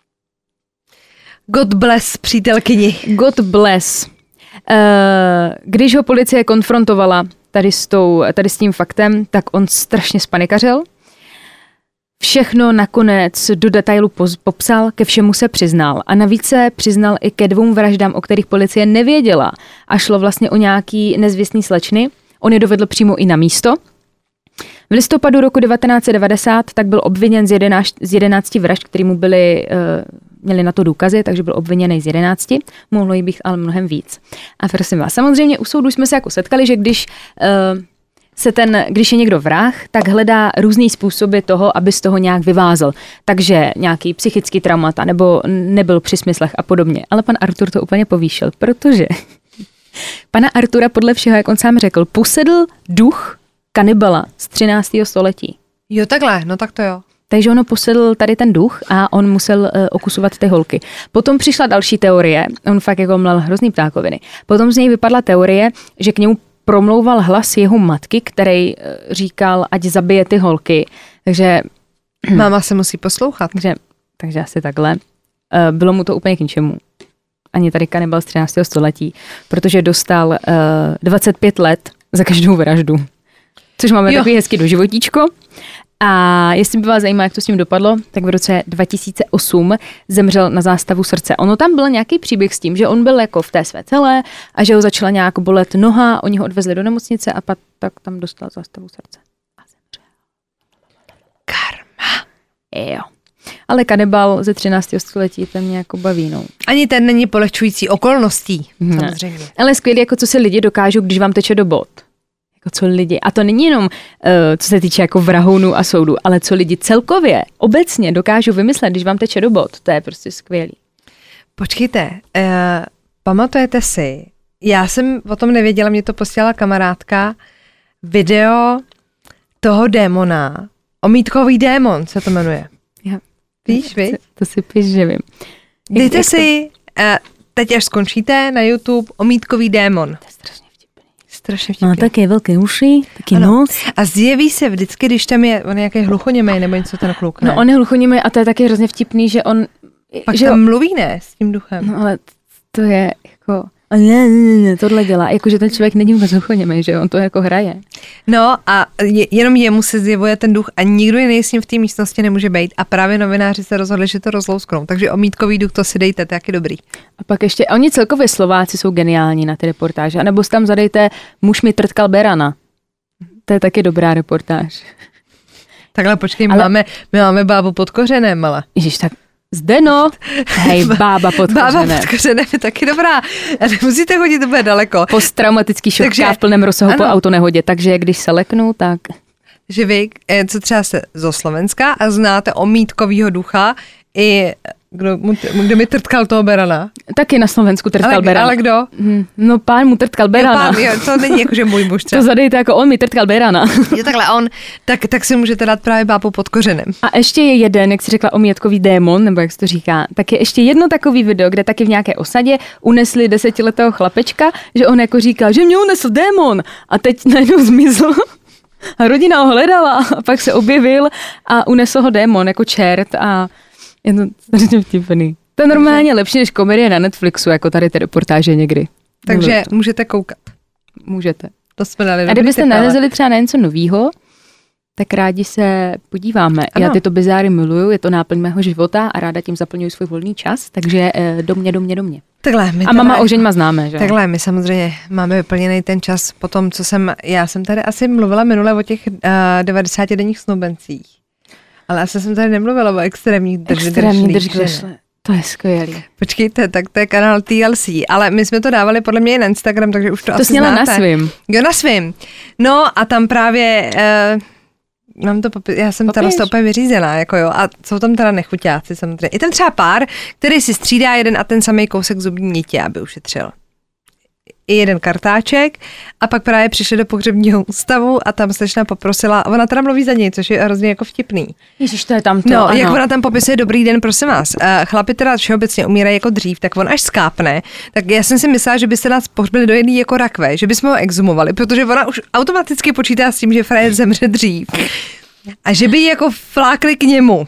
God bless přítelkyni. God bless. Když ho policie konfrontovala tady s tím faktem, tak on strašně spanikařil. Všechno nakonec do detailu popsal, ke všemu se přiznal. A navíc se přiznal i ke 2 vraždám, o kterých policie nevěděla. A šlo vlastně o nějaký nezvěstný slečny. On je dovedl přímo i na místo. V listopadu roku 1990 tak byl obviněn z 11 vražd, který mu měli na to důkazy, takže byl obviněný z 11. Mohlo jí být ale mnohem víc. A prosím vás, samozřejmě u soudu jsme se jako setkali, že když je někdo vrah, tak hledá různý způsoby toho, aby z toho nějak vyvázl. Takže nějaký psychický traumata nebo nebyl při smyslech a podobně. Ale pan Artur to úplně povýšil, protože pana Artura podle všeho, jak on sám řekl, posedl duch kanibala z 13. století. Jo, takhle, no tak to jo. Takže ono posedl tady ten duch a on musel okusovat ty holky. Potom přišla další teorie, on fakt jako mlel hrozný ptákoviny. Potom z něj vypadla teorie, že k němu promlouval hlas jeho matky, který říkal, ať zabije ty holky. Takže... Máma se musí poslouchat. Takže asi takhle. Bylo mu to úplně k ničemu. Ani tady kanibal z 13. století, protože dostal 25 let za každou vraždu. Což máme takový hezký doživotíčko. A jestli by vás zajímá, jak to s ním dopadlo, tak v roce 2008 zemřel na zástavu srdce. Ono tam byl nějaký příběh s tím, že on byl jako v té své celé a že ho začala nějak bolet noha, oni ho odvezli do nemocnice a pak tak tam dostal zástavu srdce. A zemřel. Karma. Jo. Ale kanibal ze 13. století ten mě jako baví, no. Ani ten není polehčující okolností, samozřejmě. Ale skvělý, jako co si lidi dokážou, když vám teče do bod. Co lidi, a to není jenom co se týče jako vrahounů a soudu, ale co lidi celkově, obecně dokážou vymyslet, když vám teče do bod, to je prostě skvělý. Počkejte, pamatujete si, já jsem o tom nevěděla, mě to posílala kamarádka, video toho démona, Omítkový démon se to jmenuje. Já, víš, víš? To si píš, že vím. Dejte si, teď až skončíte na YouTube, Omítkový démon. To je strašně vtipný. Strašně vtipný. Má také velké uši, taky nos. A zjeví se vždycky, když tam je on nějaký hluchoněmej nebo něco ten kluk, ne? No on je hluchoněmej a to je taky hrozně vtipný, že on... Pak že tam mluví, ne, s tím duchem. No ale to je jako... Ne, tohle dělá. Jakože ten člověk není vůbec hluchoněmej, že on to jako hraje. No a jenom jemu se zjevuje ten duch a nikdo jiný s ním v té místnosti nemůže být. A právě novináři se rozhodli, že to rozlousknou. Takže Omítkový duch, to si dejte, to je taky dobrý. A pak ještě, oni celkově Slováci jsou geniální na ty reportáže. A nebo si tam zadejte Muž mi trtkal berana. To je taky dobrá reportáž. Takhle počkej, my máme bábu pod kořenem, ale. Ježiš, tak Zdeno, hej, bába pod kořenem. Bába pod kořenem je taky dobrá. A nemusíte chodit, to bude daleko. Posttraumatický šok v plném rozsahu po autonehodě, kde když se leknu, tak... Že vy, co třeba jste zo Slovenska a znáte Omítkovýho ducha, i kdo mi trtkal toho berana? Taky na Slovensku trtkal berana. Ale kdo? No pán mu trtkal berana. Jo, to není jako, že můj muž třeba. To zadejte jako on mi trtkal berana. Jo, takhle on, tak si můžete dát právě bábu pod kořenem. A ještě je jeden, jak jsi řekla, Omítkový démon, nebo jak se to říká, tak je ještě jedno takový video, kde taky v nějaké osadě unesli 10letého chlapečka, že on jako říkal, že mě unesl démon a teď najednou zmizl. A rodina ho hledala a pak se objevil a unesl ho démon jako čert a je to strašně vtipný. To je normálně lepší než komedie na Netflixu, jako tady ty reportáže někdy. Takže můžete koukat. Můžete. To jsme dali. A kdybyste narazili třeba na něco novýho, tak rádi se podíváme. Ano. Já tyto bizáry miluju, je to náplň mého života a ráda tím zaplňuji svůj volný čas, takže do mě. Takhle, a mama Ožeňma známe, že? Takhle, my samozřejmě máme vyplněný ten čas po tom, co já jsem tady asi mluvila minule o těch 90 denních snoubencích. Ale asi jsem tady nemluvila o extrémních držklišle. To je skvělý. Počkejte, tak to je kanál TLC, ale my jsme to dávali podle mě na Instagram, takže už to asi sněla znáte. Na svým. Jo, na svým. No a tam právě... Mám to já jsem teda z toho úplně vyřízená, jako jo, a jsou tam teda nechuťáci samozřejmě. Je tam třeba pár, který si střídá jeden a ten samý kousek zubní nitě, aby ušetřil. I jeden kartáček a pak právě přišli do pohřebního ústavu a tam slečna poprosila, a ona teda mluví za něj, což je hrozně jako vtipný. Ježiš, to je tam to, no, ano. Jak ona tam popisuje, dobrý den, prosím vás. Chlapi teda všeobecně umírají jako dřív, tak on až skápne, tak já jsem si myslela, že byste nás pohřbili do jedné jako rakve, že bychom ho exhumovali, protože ona už automaticky počítá s tím, že frajer zemře dřív. A že by ji jako flákli k němu.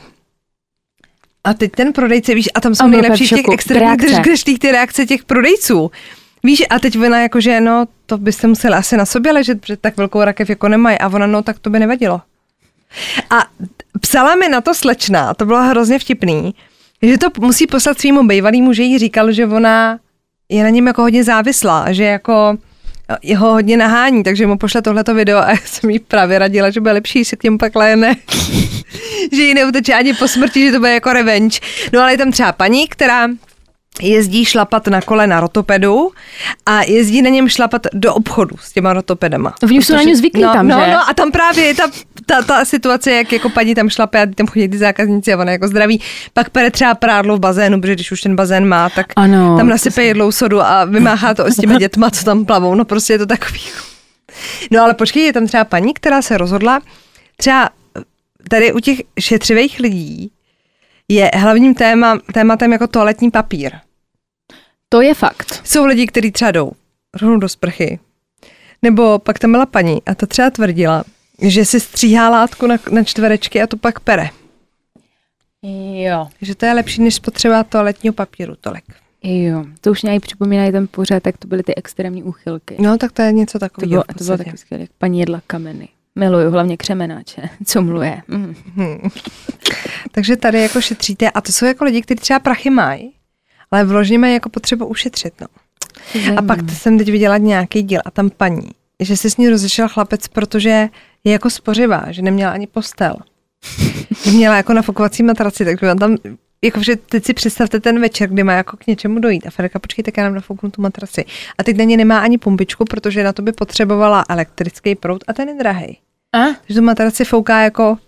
A teď ten prodejce, víš, a tam jsou nejlepší těch extrémních držklištích ty reakce těch prodejců. Víš, a teď ona jakože, no, to byste museli asi na sobě ležet, protože tak velkou rakev jako nemají. A ona, no, tak to by nevadilo. A psala mi na to slečna, to bylo hrozně vtipný, že to musí poslat svýmu bývalýmu, že jí říkal, že ona je na něm jako hodně závislá, že jako jeho hodně nahání, takže mu pošle tohleto video a já jsem jí právě radila, že bude lepší se k němu pak léne, že jí neuteče ani po smrti, že to bude jako revenge. No ale je tam třeba paní, která jezdí šlapat na kole na rotopedu a jezdí na něm šlapat do obchodu s těma rotopedama. Oni už jsou na ně zvyklí tam, že? No a tam právě je ta situace, jak jako paní tam šlape a tam chodí ty zákazníci a ona jako zdraví. Pak pere třeba prádlo v bazénu, protože když už ten bazén má, tak ano, tam nasype jedlou sodu a vymáhá to s těmi dětma, co tam plavou. No prostě je to takový. No ale počkej, je tam třeba paní, která se rozhodla, třeba tady u těch šetřivých lidí je hlavním tématem jako toaletní papír. To je fakt. Jsou lidi, kteří třeba jdou rovnou do sprchy. Nebo pak tam byla paní a ta třeba tvrdila, že si stříhá látku na čtverečky a to pak pere. Jo. Že to je lepší, než spotřeba toaletního papíru tolik. Jo, to už nějaký připomínají ten pořád, tak to byly ty extrémní úchylky. No tak to je něco takového. To bylo taky skvělé. Paní jedla kameny. Miluju, hlavně křemenáče. Co mluje. Takže tady jako šetříte a to jsou jako lidi, kteří třeba prachy mají, ale vložně mají jako potřebu ušetřit. No. A pak jsem teď viděla nějaký díl a tam paní, že se s ní rozešel chlapec, protože je jako spořivá, že neměla ani postel. Měla jako nafukovací matraci, takže on tam, jakože teď si představte ten večer, kdy má jako k něčemu dojít a Ferka, počkejte, já nám nafouknu tu matraci. A teď na ně nemá ani pumpičku, protože na to by potřebovala elektrický proud a ten je drahej. Takže tu matraci fouká jako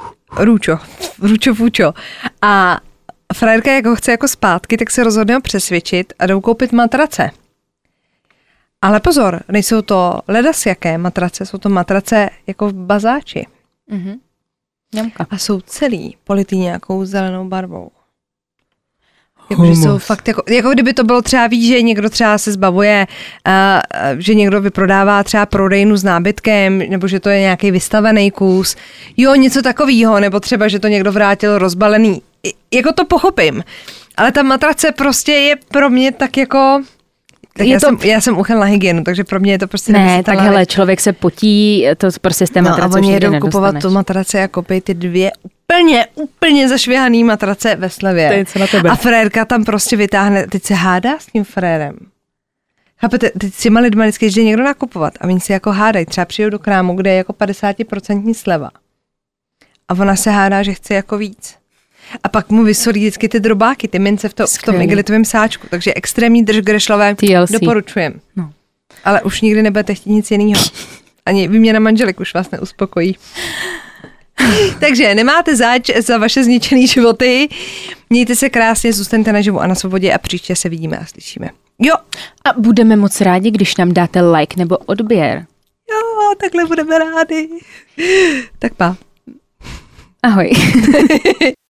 růčo. A frajerka, jak ho chce jako zpátky, tak se rozhodne ho přesvědčit a jdou koupit matrace. Ale pozor, nejsou to ledasjaké matrace, jsou to matrace jako v bazáči. Jamka. A jsou celý politý nějakou zelenou barvou. Jakože jsou fakt jako kdyby to bylo třeba, víš, že někdo třeba se zbavuje, že někdo vyprodává třeba prodejnu s nábytkem, nebo že to je nějaký vystavený kus. Jo, něco takového, nebo třeba, že to někdo vrátil rozbalený. Jako to pochopím. Ale ta matrace prostě je pro mě tak jako... Tak já jsem uchel na hygienu, takže pro mě je to prostě ne, tak hele, člověk se potí, to prostě z té matrace a oni jedou kupovat tu matrace a koupí ty dvě úplně zašvihaný matrace ve slevě. To je co na tebe. A frérka tam prostě vytáhne, teď se hádá s tím frérem. Chápete, teď s těma lidma vždycky jde někdo nakupovat a oni si jako hádají, třeba přijou do krámu, kde je jako 50% sleva. A ona se hádá, že chce jako víc. A pak mu vysolí vždycky ty drobáky, ty mince v tom igelitovém sáčku. Takže extrémní držgrešlové doporučujem. No. Ale už nikdy nebudete chtít nic jiného. Ani výměna manželek už vás neuspokojí. Takže nemáte zač za vaše zničené životy. Mějte se krásně, zůstaňte naživu a na svobodě a příště se vidíme a slyšíme. Jo. A budeme moc rádi, když nám dáte like nebo odběr. Jo, takhle budeme rádi. Tak pa. Ahoj.